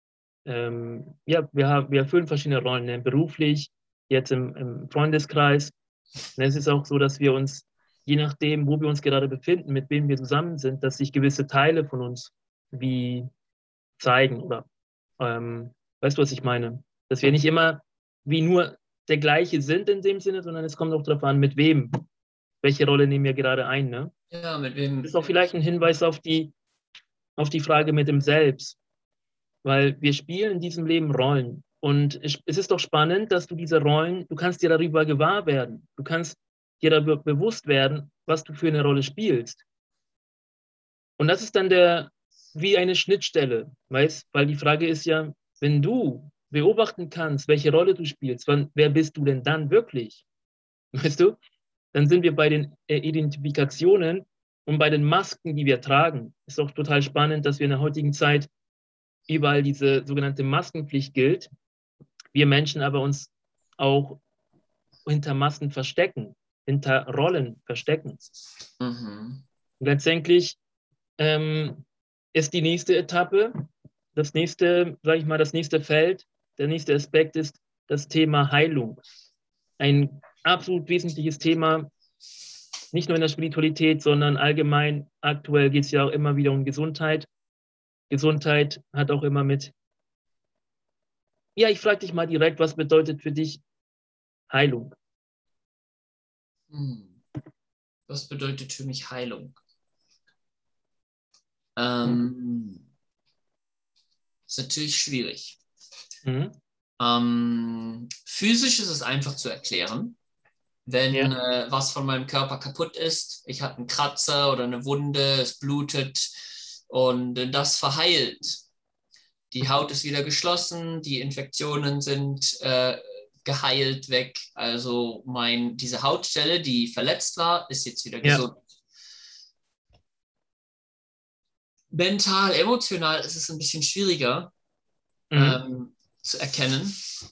ja, wir erfüllen verschiedene Rollen, ne? Beruflich, jetzt im Freundeskreis. Und es ist auch so, dass wir uns, je nachdem, wo wir uns gerade befinden, mit wem wir zusammen sind, dass sich gewisse Teile von uns wie zeigen oder weißt du, was ich meine? Dass wir nicht immer wie nur der gleiche sind in dem Sinne, sondern es kommt auch darauf an, mit wem, welche Rolle nehmen wir gerade ein. Ne? Ja, mit Das wem? ist auch vielleicht ein Hinweis auf die Frage mit dem Selbst, weil wir spielen in diesem Leben Rollen. Und es ist doch spannend, dass du diese Rollen, du kannst dir darüber gewahr werden. Du kannst dir darüber bewusst werden, was du für eine Rolle spielst. Und das ist dann wie eine Schnittstelle, weißt? Weil die Frage ist ja, wenn du beobachten kannst, welche Rolle du spielst, wer bist du denn dann wirklich? Weißt du? Dann sind wir bei den Identifikationen und bei den Masken, die wir tragen. Ist auch total spannend, dass wir in der heutigen Zeit überall diese sogenannte Maskenpflicht gilt. Wir Menschen aber uns auch hinter Masken verstecken, hinter Rollen verstecken. Mhm. Und letztendlich ähm, ist die nächste Etappe, das nächste, sage ich mal, das nächste Feld, der nächste Aspekt ist das Thema Heilung. Ein absolut wesentliches Thema, nicht nur in der Spiritualität, sondern allgemein. Aktuell geht es ja auch immer wieder um Gesundheit. Gesundheit hat auch immer ja, ich frage dich mal direkt, was bedeutet für dich Heilung? Hm. Was bedeutet für mich Heilung? Mhm. Ist natürlich schwierig. Mhm. Physisch ist es einfach zu erklären. wenn Ja, was von meinem Körper kaputt ist. Ich habe einen Kratzer oder eine Wunde, es blutet und das verheilt. Die Haut ist wieder geschlossen, die Infektionen sind geheilt weg. Also diese Hautstelle, die verletzt war, ist jetzt wieder ja. gesund. Mental, emotional ist es ein bisschen schwieriger Mhm. zu erkennen.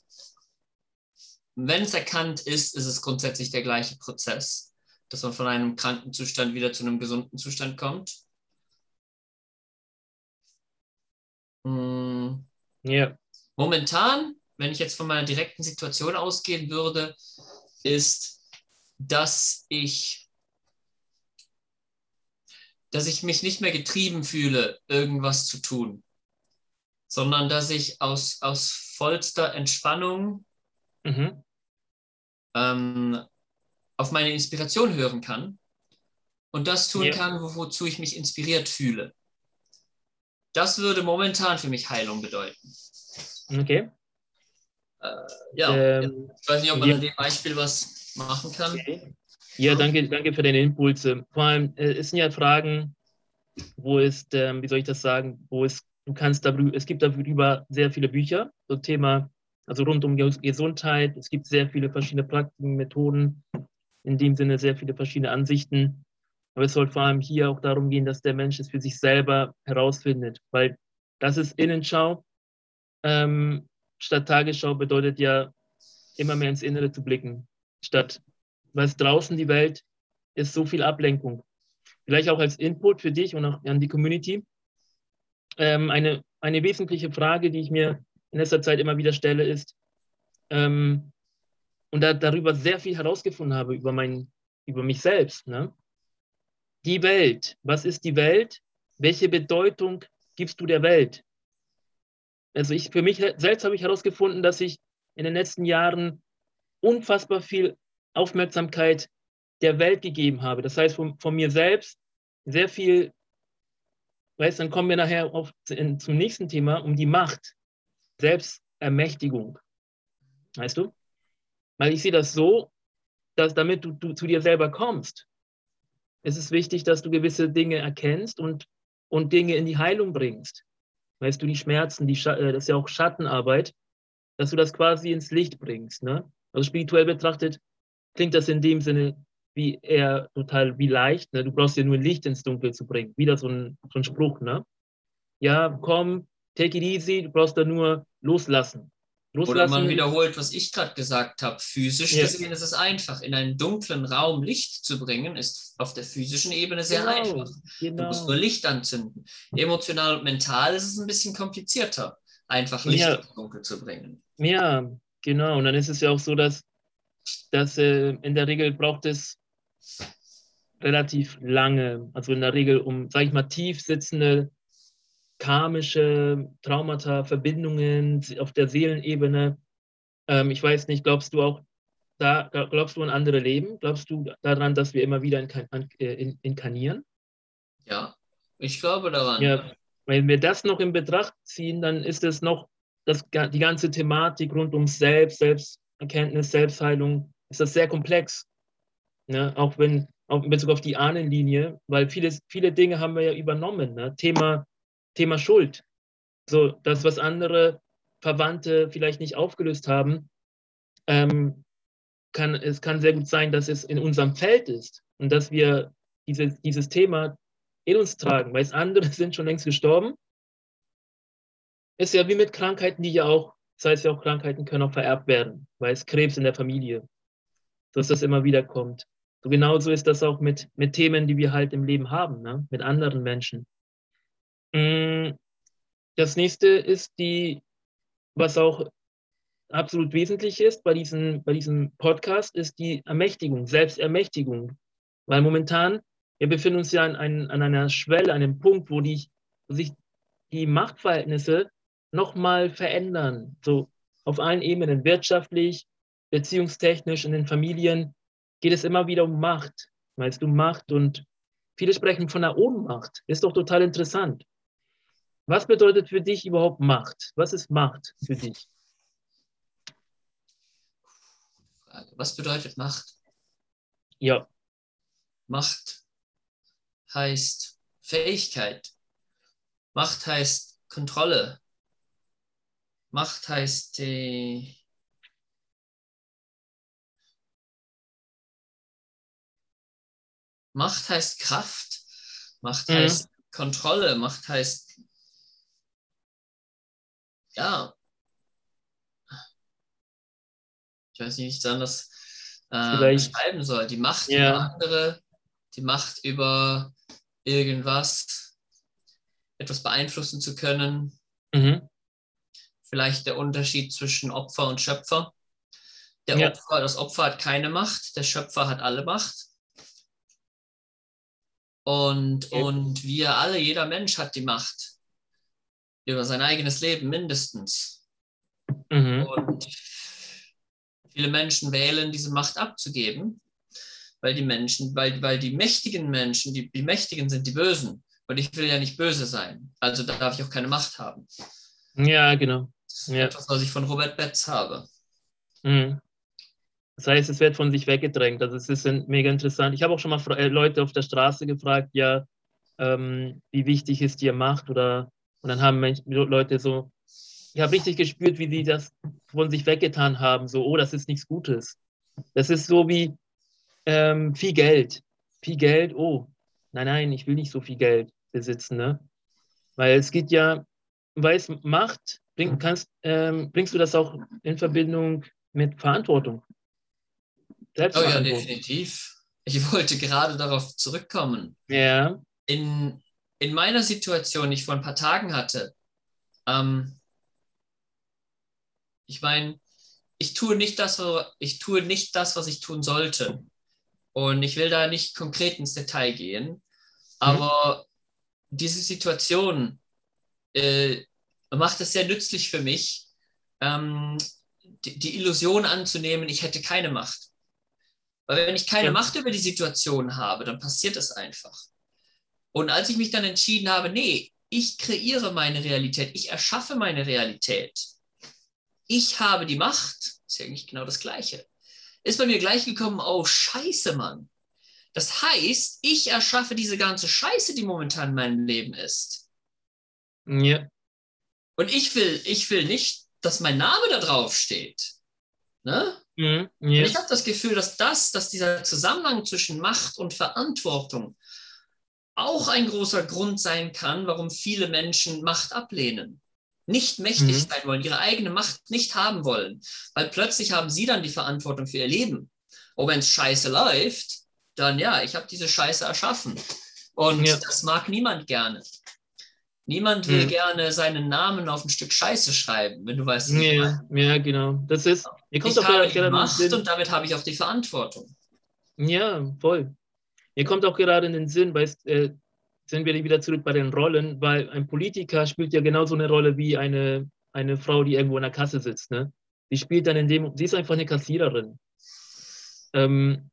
Wenn es erkannt ist, ist es grundsätzlich der gleiche Prozess, dass man von einem kranken Zustand wieder zu einem gesunden Zustand kommt. Hm, Ja, Momentan, wenn ich jetzt von meiner direkten Situation ausgehen würde, ist, dass ich, dass ich mich nicht mehr getrieben fühle, irgendwas zu tun, sondern dass ich aus vollster Entspannung mhm. ähm, auf meine Inspiration hören kann und das tun Ja, kann, wozu ich mich inspiriert fühle. Das würde momentan für mich Heilung bedeuten. okay. Ja, Ähm, ich weiß nicht, ob man ja, an dem Beispiel was machen kann. okay. Ja, danke für deine Impulse. Vor allem, es sind ja Fragen, wo ist, wie soll ich das sagen, du kannst darüber, es gibt darüber sehr viele Bücher, so Thema, also rund um Gesundheit. Es gibt sehr viele verschiedene Praktiken, Methoden, in dem Sinne sehr viele verschiedene Ansichten. Aber es soll vor allem hier auch darum gehen, dass der Mensch es für sich selber herausfindet, weil das ist Innenschau. Ähm, statt Tagesschau bedeutet ja, immer mehr ins Innere zu blicken, statt, was draußen die Welt ist, so viel Ablenkung. Vielleicht auch als Input für dich und auch an die Community. Eine wesentliche Frage, die ich mir in letzter Zeit immer wieder stelle, ist, ähm, und darüber sehr viel herausgefunden habe, über mich selbst. Ne? Die Welt, was ist die Welt? Welche Bedeutung gibst du der Welt? Also für mich selbst habe ich herausgefunden, dass ich in den letzten Jahren unfassbar viel Aufmerksamkeit der Welt gegeben habe. Das heißt, von mir selbst sehr viel, weißt, dann kommen wir nachher zum nächsten Thema, um die Macht, Selbstermächtigung, weißt du? Weil ich sehe das so, dass damit du zu dir selber kommst, ist es wichtig, dass du gewisse Dinge erkennst und Dinge in die Heilung bringst. Weißt du, die Schmerzen, das ist ja auch Schattenarbeit, dass du das quasi ins Licht bringst. Ne? Also spirituell betrachtet klingt das in dem Sinne wie eher total wie leicht. Ne? Du brauchst ja nur Licht ins Dunkel zu bringen. Wieder so ein Spruch. Ne? Ja, komm, take it easy, du brauchst da nur loslassen. Oder man Loslassen, wiederholt, was ich gerade gesagt habe. Physisch ja, gesehen ist es einfach. In einen dunklen Raum Licht zu bringen, ist auf der physischen Ebene sehr einfach. genau, Du musst nur genau. Licht anzünden. Emotional und mental ist es ein bisschen komplizierter, einfach Licht Ja, ins Dunkel zu bringen. ja, genau. Und dann ist es ja auch so, dass in der Regel braucht es relativ lange, also in der Regel um, sage ich mal, tief sitzende karmische Traumata, Verbindungen auf der Seelenebene. Ich weiß nicht, glaubst du an andere Leben? Glaubst du daran, dass wir immer wieder inkarnieren? Ja, ich glaube daran. Ja, wenn wir das noch in Betracht ziehen, dann ist es noch die ganze Thematik rund um Selbsterkenntnis, Selbstheilung, ist das sehr komplex. Ne? Auch in Bezug auf die Ahnenlinie, weil viele Dinge haben wir ja übernommen. Ne? Thema Schuld. So, das, was andere Verwandte vielleicht nicht aufgelöst haben, ähm, es kann sehr gut sein, dass es in unserem Feld ist und dass wir dieses Thema in uns tragen, weil es andere sind schon längst gestorben. Ist ja wie mit Krankheiten, die ja auch, das heißt ja auch, Krankheiten können auch vererbt werden, weil es Krebs in der Familie, dass das immer wieder kommt. So genauso ist das auch mit Themen, die wir halt im Leben haben, ne? Mit anderen Menschen. Mm, Das nächste ist was auch absolut wesentlich ist bei diesem Podcast, ist die Ermächtigung, Selbstermächtigung. Weil momentan, wir befinden uns ja an einer Schwelle, an einem Punkt, wo sich die Machtverhältnisse nochmal verändern. So auf allen Ebenen, wirtschaftlich, beziehungstechnisch, in den Familien geht es immer wieder um Macht. Weißt du, Macht und viele sprechen von der Ohnmacht. Ist doch total interessant. Was bedeutet für dich überhaupt Macht? Was ist Macht für dich? Was bedeutet Macht? Ja. Macht heißt Fähigkeit. Macht heißt Kontrolle. Macht heißt Macht heißt Kraft. Macht heißt Kontrolle. Macht heißt, ja, ich weiß nicht, wie ich es anders Vielleicht, beschreiben soll. Die Macht über ja. andere, die Macht über irgendwas, etwas beeinflussen zu können. Mhm. Vielleicht der Unterschied zwischen Opfer und Schöpfer. Ja. Das Opfer hat keine Macht, der Schöpfer hat alle Macht. Und wir alle, jeder Mensch hat die Macht über sein eigenes Leben mindestens. Mhm. Und viele Menschen wählen, diese Macht abzugeben, weil die mächtigen Menschen, die Mächtigen sind die Bösen. Und ich will ja nicht böse sein. Also darf ich auch keine Macht haben. Ja, genau. Das ist Ja. etwas, was ich von Robert Betz habe. Mhm. Das heißt, es wird von sich weggedrängt. Also es ist mega interessant. Ich habe auch schon mal Leute auf der Straße gefragt, ja, wie wichtig ist dir Macht? Und dann haben Leute so, ich habe richtig gespürt, wie sie das von sich weggetan haben. So, oh, das ist nichts Gutes. Das ist so wie viel Geld. Viel Geld, oh, nein, ich will nicht so viel Geld besitzen, ne? Weil es geht ja, weißt, Macht, bringst du das auch in Verbindung mit Verantwortung, Oh ja, Selbstverantwortung. definitiv. Ich wollte gerade darauf zurückkommen. Ja, In, in meiner Situation, die ich vor ein paar Tagen hatte, ähm, ich meine, ich tue nicht das, was ich tun sollte. Und ich will da nicht konkret ins Detail gehen, hm? aber diese Situation äh, macht es sehr nützlich für mich, ähm, die Illusion anzunehmen, ich hätte keine Macht. Weil wenn ich keine Ja, Macht über die Situation habe, dann passiert es einfach. Und als ich mich dann entschieden habe, nee, ich kreiere meine Realität, ich erschaffe meine Realität, ich habe die Macht, ist ja eigentlich genau das Gleiche, ist bei mir gleich gekommen, oh Scheiße, Mann. Das heißt, ich erschaffe diese ganze Scheiße, die momentan in meinem Leben ist. ja, Und ich will nicht, dass mein Name da drauf steht. Ne? Und ja, ich habe das Gefühl, dass dieser Zusammenhang zwischen Macht und Verantwortung auch ein großer Grund sein kann, warum viele Menschen Macht ablehnen. Nicht mächtig mhm. sein wollen, ihre eigene Macht nicht haben wollen, weil plötzlich haben sie dann die Verantwortung für ihr Leben. Und wenn es scheiße läuft, dann ja, ich habe diese Scheiße erschaffen. Und Ja, das mag niemand gerne. Niemand will mhm. gerne seinen Namen auf ein Stück Scheiße schreiben, wenn du weißt, wie ich Ja, meine. ja, genau. Mir kommt Ich auch habe gerade die in den Macht und Sinn, damit habe ich auch die Verantwortung. ja, voll. Mir kommt auch gerade in den Sinn, weißt, sind wir wieder zurück bei den Rollen, weil ein Politiker spielt ja genauso eine Rolle wie eine Frau, die irgendwo in der Kasse sitzt, ne? Die spielt dann sie ist einfach eine Kassiererin. Ähm,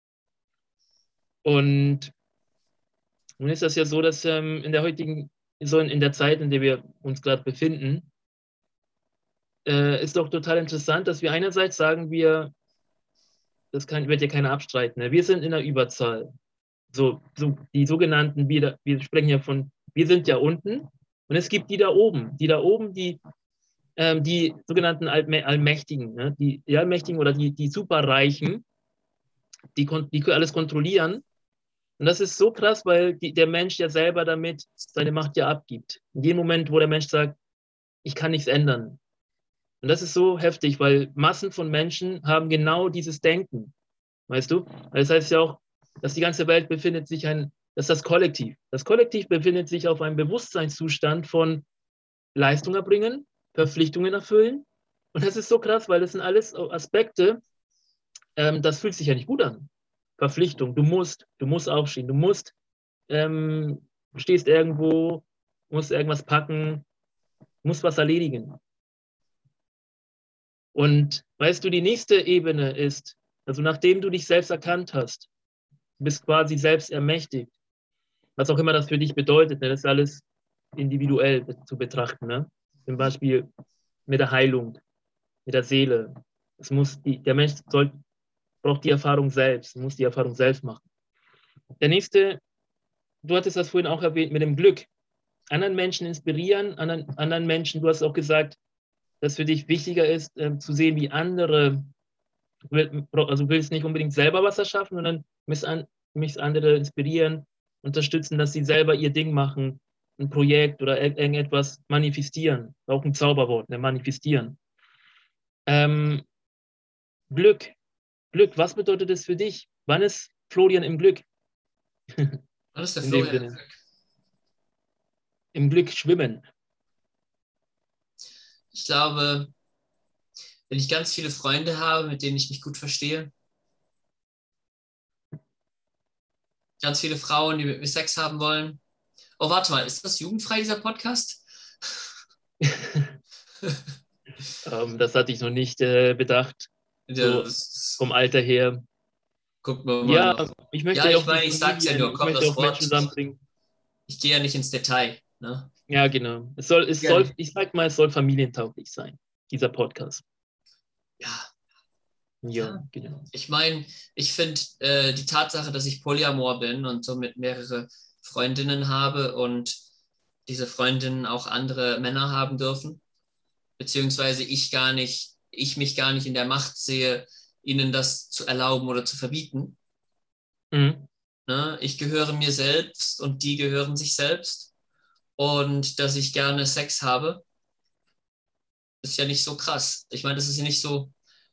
und nun ist das ja so, dass in der Zeit, in der wir uns gerade befinden, ist doch total interessant, dass wir einerseits sagen, wird ja keiner abstreiten, ne? Wir sind in der Überzahl. So die sogenannten, wir sprechen ja von, wir sind ja unten und es gibt die sogenannten Allmächtigen, ne? Die Allmächtigen oder die Superreichen, die alles kontrollieren. Und das ist so krass, weil der Mensch ja selber damit seine Macht ja abgibt. In dem Moment, wo der Mensch sagt, ich kann nichts ändern. Und das ist so heftig, weil Massen von Menschen haben genau dieses Denken. Weißt du? Weil das heißt ja auch, dass die ganze Welt das ist das Kollektiv. Das Kollektiv befindet sich auf einem Bewusstseinszustand von Leistung erbringen, Verpflichtungen erfüllen. Und das ist so krass, weil das sind alles Aspekte, das fühlt sich ja nicht gut an. Verpflichtung, du musst aufstehen, du stehst irgendwo, musst irgendwas packen, musst was erledigen. Und weißt du, die nächste Ebene ist, also nachdem du dich selbst erkannt hast, du bist quasi selbst ermächtigt, was auch immer das für dich bedeutet, ne? Das ist alles individuell zu betrachten. Ne? Zum Beispiel mit der Heilung, mit der Seele. Der Mensch braucht die Erfahrung selbst. Man muss die Erfahrung selbst machen. Der nächste, du hattest das vorhin auch erwähnt mit dem Glück. Anderen Menschen inspirieren, anderen Menschen, du hast auch gesagt, dass für dich wichtiger ist, zu sehen, wie andere, also du willst nicht unbedingt selber was erschaffen, sondern mich andere inspirieren, unterstützen, dass sie selber ihr Ding machen, ein Projekt oder irgendetwas manifestieren. Auch ein Zauberwort, ne? Manifestieren. Glück. Glück, was bedeutet es für dich? Wann ist Florian im Glück? Was ist der In dem Florian? Sinne. Im Glück schwimmen. Ich glaube, wenn ich ganz viele Freunde habe, mit denen ich mich gut verstehe, ganz viele Frauen, die mit mir Sex haben wollen. Oh, warte mal, ist das jugendfrei, dieser Podcast? Das hatte ich noch nicht bedacht. Ja, So vom Alter her. gucken wir mal Ja, noch. ich Ja, möchte ja ich auch die meine, ich sag's ja Familien, nur, ich komm, möchte das auch Menschen Wort. zusammenbringen. Ich gehe ja nicht ins Detail. Ne? Ja, genau. Ja, Ich sag mal, es soll familientauglich sein, dieser Podcast. ja, Ja, ja. genau. Ich meine, ich finde die Tatsache, dass ich Polyamor bin und somit mehrere Freundinnen habe und diese Freundinnen auch andere Männer haben dürfen, beziehungsweise ich mich gar nicht in der Macht sehe, ihnen das zu erlauben oder zu verbieten. Mhm. Ne? Ich gehöre mir selbst und die gehören sich selbst. Und dass ich gerne Sex habe, ist ja nicht so krass. Ich meine, das ist ja nicht so,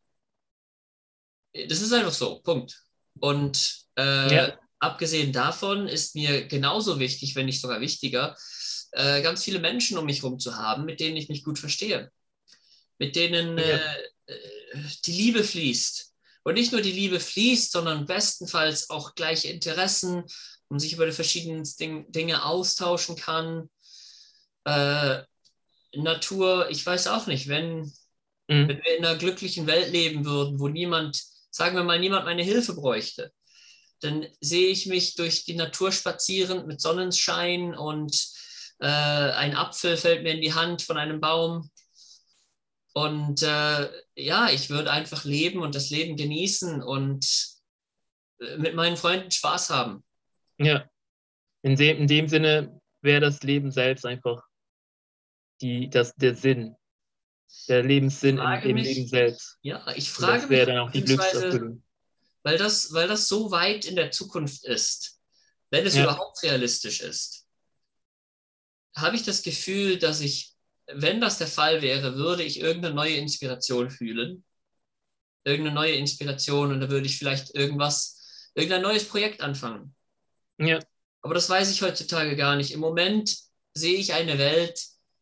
das ist einfach so, Punkt. Und Ja, abgesehen davon ist mir genauso wichtig, wenn nicht sogar wichtiger, ganz viele Menschen um mich herum zu haben, mit denen ich mich gut verstehe, mit denen ja, die Liebe fließt. Und nicht nur die Liebe fließt, sondern bestenfalls auch gleiche Interessen und sich über die verschiedenen Dinge austauschen kann. Äh, Natur, ich weiß auch nicht, wenn mhm. wir in einer glücklichen Welt leben würden, wo niemand, sagen wir mal, niemand meine Hilfe bräuchte, dann sehe ich mich durch die Natur spazierend mit Sonnenschein und ein Apfel fällt mir in die Hand von einem Baum. Und ja, ich würde einfach leben und das Leben genießen und mit meinen Freunden Spaß haben. Ja. In dem Sinne wäre das Leben selbst einfach der Sinn, der Ich Lebenssinn frage im Leben mich, selbst. ja, ich Und frage das wäre mich, dann auch die beziehungsweise, Glückserfüllung. weil das so weit in der Zukunft ist, wenn es Ja, überhaupt realistisch ist, habe ich das Gefühl, dass ich, wenn das der Fall wäre, würde ich irgendeine neue Inspiration fühlen. Irgendeine neue Inspiration und da würde ich vielleicht irgendein neues Projekt anfangen. ja, Aber das weiß ich heutzutage gar nicht. Im Moment sehe ich eine Welt,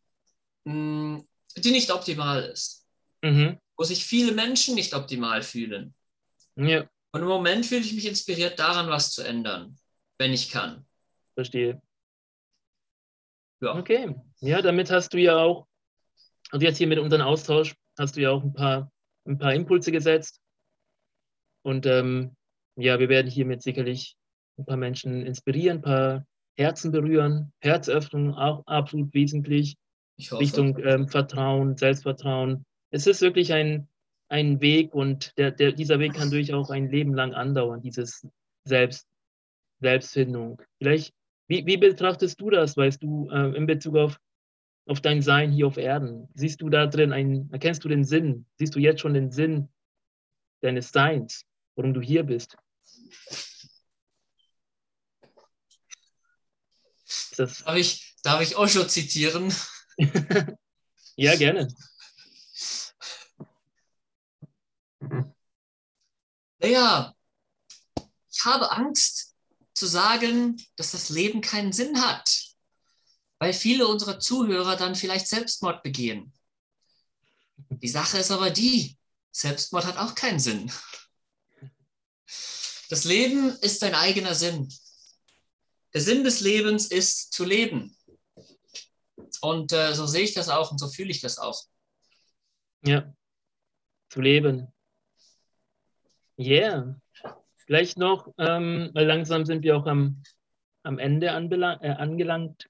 die nicht optimal ist, mhm. wo sich viele Menschen nicht optimal fühlen. Ja, Und im Moment fühle ich mich inspiriert, daran was zu ändern, wenn ich kann. verstehe. Ja, Okay. Ja, damit hast du ja auch, und jetzt hier mit unserem Austausch, hast du ja auch ein paar Impulse gesetzt. Und ja, wir werden hiermit sicherlich ein paar Menschen inspirieren, ein paar Herzen berühren, Herzöffnung auch absolut wesentlich, ich hoffe. Richtung Vertrauen, Selbstvertrauen. Es ist wirklich ein Weg und dieser Weg kann durchaus ein Leben lang andauern, dieses Selbst, Selbstfindung. Vielleicht, wie betrachtest du das, weißt du, in Bezug auf dein Sein hier auf Erden? Siehst du da drin erkennst du den Sinn? Siehst du jetzt schon den Sinn deines Seins, warum du hier bist? Ist das Darf ich Osho zitieren? ja, gerne. Naja, ich habe Angst zu sagen, dass das Leben keinen Sinn hat, weil viele unserer Zuhörer dann vielleicht Selbstmord begehen. Die Sache ist aber die, Selbstmord hat auch keinen Sinn. Das Leben ist dein eigener Sinn. Der Sinn des Lebens ist zu leben. Und so sehe ich das auch und so fühle ich das auch. Ja, zu leben. Yeah. Vielleicht noch, weil langsam sind wir auch am Ende angelangt,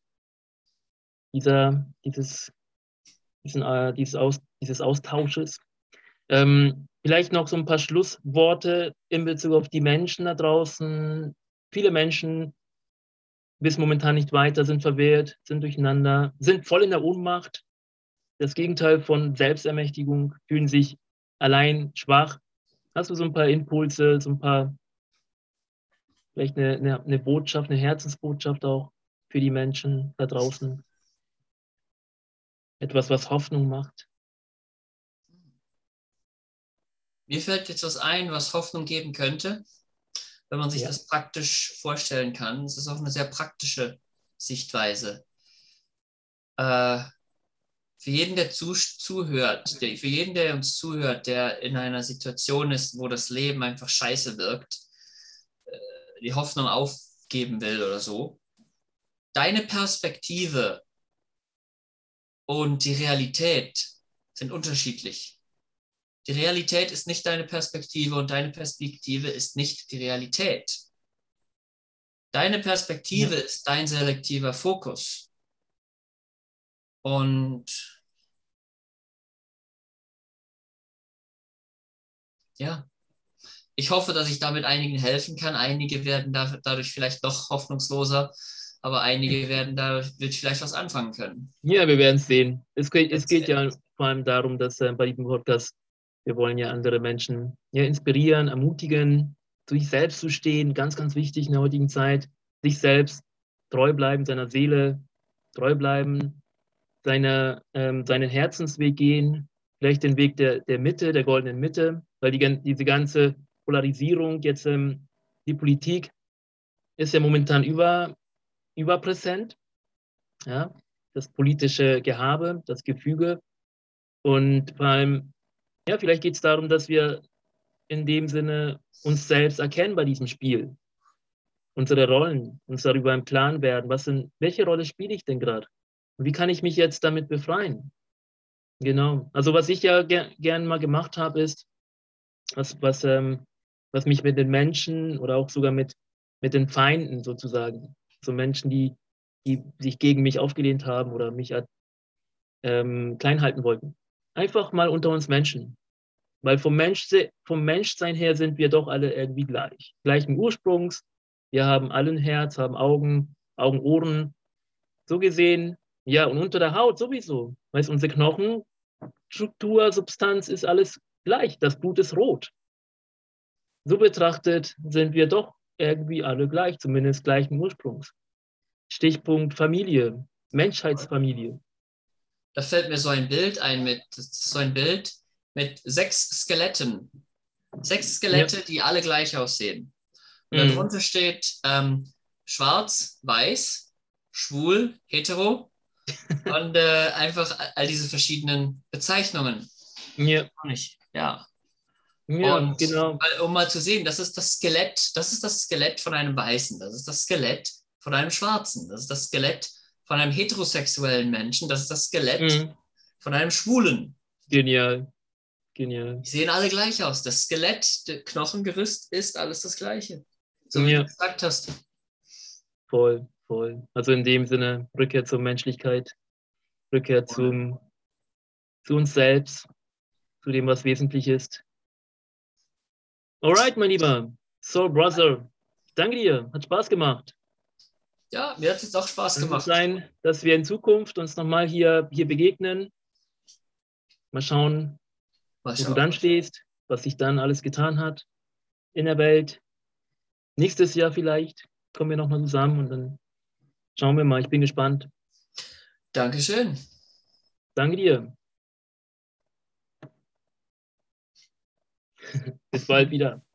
dieser, dieses, dieses Austausches. Vielleicht noch so ein paar Schlussworte in Bezug auf die Menschen da draußen. Viele Menschen wissen momentan nicht weiter, sind verwirrt, sind durcheinander, sind voll in der Ohnmacht. Das Gegenteil von Selbstermächtigung, fühlen sich allein schwach. Hast du so ein paar Impulse, so ein paar, vielleicht eine Botschaft, eine Herzensbotschaft auch für die Menschen da draußen? Etwas, was Hoffnung macht? Mir fällt jetzt was ein, was Hoffnung geben könnte, wenn man sich Ja. das praktisch vorstellen kann. Es ist auch eine sehr praktische Sichtweise. Für jeden, der zuhört, für jeden, der uns zuhört, der in einer Situation ist, wo das Leben einfach scheiße wirkt, die Hoffnung aufgeben will oder so, deine Perspektive und die Realität sind unterschiedlich. Die Realität ist nicht deine Perspektive und deine Perspektive ist nicht die Realität. Deine Perspektive ist dein selektiver Fokus. Und ja, ich hoffe, dass ich damit einigen helfen kann. Einige werden dadurch vielleicht noch hoffnungsloser, aber einige werden damit vielleicht was anfangen können. Ja, wir werden es sehen. Es geht ja vor allem darum, dass bei diesem Podcast, wir wollen ja andere Menschen inspirieren, ermutigen, zu sich selbst zu stehen. Ganz, ganz wichtig in der heutigen Zeit. Sich selbst treu bleiben, seiner Seele treu bleiben, seinen Herzensweg gehen, vielleicht den Weg der Mitte, der goldenen Mitte, weil diese ganze Polarisierung jetzt, die Politik ist ja momentan überpräsent, ja, das politische Gehabe, das Gefüge und vor allem, ja, vielleicht geht es darum, dass wir in dem Sinne uns selbst erkennen bei diesem Spiel, unsere Rollen, uns darüber im Klaren werden, welche Rolle spiele ich denn gerade? Und wie kann ich mich jetzt damit befreien? Genau. Also was ich ja gern mal gemacht habe, ist, was mich mit den Menschen oder auch sogar mit den Feinden sozusagen, so Menschen, die sich gegen mich aufgelehnt haben oder mich klein halten wollten. Einfach mal unter uns Menschen. Weil vom Menschsein her sind wir doch alle irgendwie gleich. Gleichen Ursprungs. Wir haben alle ein Herz, haben Augen, Ohren. So gesehen, ja, und unter der Haut sowieso. Weißt, unsere Knochenstruktur, Substanz ist alles gleich. Das Blut ist rot. So betrachtet sind wir doch irgendwie alle gleich, zumindest gleichen Ursprungs. Stichpunkt Familie, Menschheitsfamilie. Da fällt mir so ein Bild ein so ein Bild mit 6 Skeletten. 6 Skelette, ja, die alle gleich aussehen. Und darunter steht schwarz, weiß, schwul, hetero und einfach all diese verschiedenen Bezeichnungen. Ja. Ja. Ja, und genau. Um mal zu sehen, das ist das Skelett von einem Weißen, das ist das Skelett von einem Schwarzen, das ist das Skelett von einem heterosexuellen Menschen, das ist das Skelett von einem Schwulen. Genial. Genial. Die sehen alle gleich aus. Das Skelett, das Knochengerüst ist alles das Gleiche. So wie du gesagt hast. Voll, voll. Also in dem Sinne, Rückkehr zur Menschlichkeit, Rückkehr zu uns selbst, zu dem, was wesentlich ist. Alright, mein Lieber. Soul Brother, danke dir. Hat Spaß gemacht. Ja, mir hat es auch Spaß gemacht. Kann sein, dass wir in Zukunft uns nochmal hier begegnen. Mal schauen, wo du dann stehst, was sich dann alles getan hat in der Welt. Nächstes Jahr vielleicht kommen wir nochmal zusammen und dann schauen wir mal. Ich bin gespannt. Dankeschön. Danke dir. Bis bald wieder.